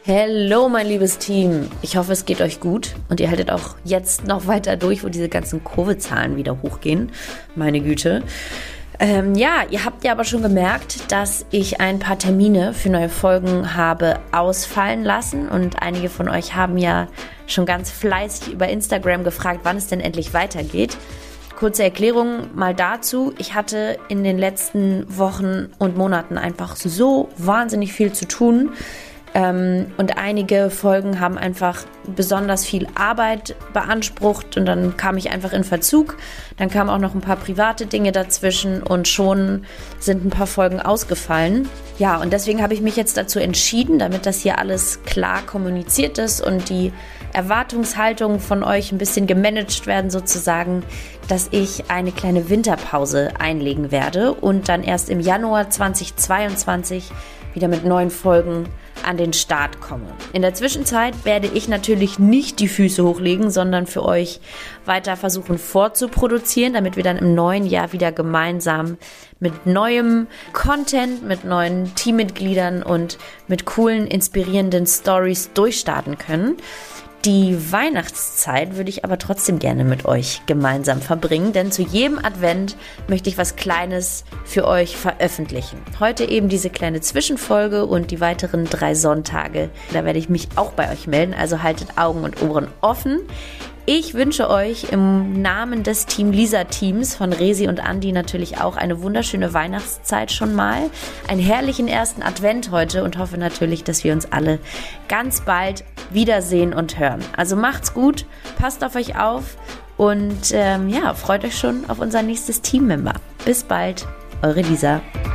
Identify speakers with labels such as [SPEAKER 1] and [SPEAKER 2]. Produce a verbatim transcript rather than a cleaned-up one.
[SPEAKER 1] Hallo mein liebes Team, ich hoffe es geht euch gut und ihr haltet auch jetzt noch weiter durch, wo diese ganzen Covid-Zahlen wieder hochgehen, meine Güte. Ähm, ja, ihr habt ja aber schon gemerkt, dass ich ein paar Termine für neue Folgen habe ausfallen lassen und einige von euch haben ja schon ganz fleißig über Instagram gefragt, wann es denn endlich weitergeht. Kurze Erklärung mal dazu. Ich hatte in den letzten Wochen und Monaten einfach so wahnsinnig viel zu tun. Ähm, und einige Folgen haben einfach besonders viel Arbeit beansprucht und dann kam ich einfach in Verzug. Dann kamen auch noch ein paar private Dinge dazwischen und schon sind ein paar Folgen ausgefallen. Ja, und deswegen habe ich mich jetzt dazu entschieden, damit das hier alles klar kommuniziert ist und die Erwartungshaltungen von euch ein bisschen gemanagt werden sozusagen, dass ich eine kleine Winterpause einlegen werde und dann erst im Januar zweitausendzweiundzwanzig wieder mit neuen Folgen an den Start komme. In der Zwischenzeit werde ich natürlich nicht die Füße hochlegen, sondern für euch weiter versuchen vorzuproduzieren, damit wir dann im neuen Jahr wieder gemeinsam mit neuem Content, mit neuen Teammitgliedern und mit coolen, inspirierenden Stories durchstarten können. Die Weihnachtszeit würde ich aber trotzdem gerne mit euch gemeinsam verbringen, denn zu jedem Advent möchte ich was Kleines für euch veröffentlichen. Heute eben diese kleine Zwischenfolge und die weiteren drei Sonntage. Da werde ich mich auch bei euch melden, also haltet Augen und Ohren offen. Ich wünsche euch im Namen des Team Lisa Teams von Resi und Andi natürlich auch eine wunderschöne Weihnachtszeit schon mal, einen herrlichen ersten Advent heute und hoffe natürlich, dass wir uns alle ganz bald wiedersehen und hören. Also macht's gut, passt auf euch auf und ähm, ja, freut euch schon auf unser nächstes Teammember. Bis bald, eure Lisa.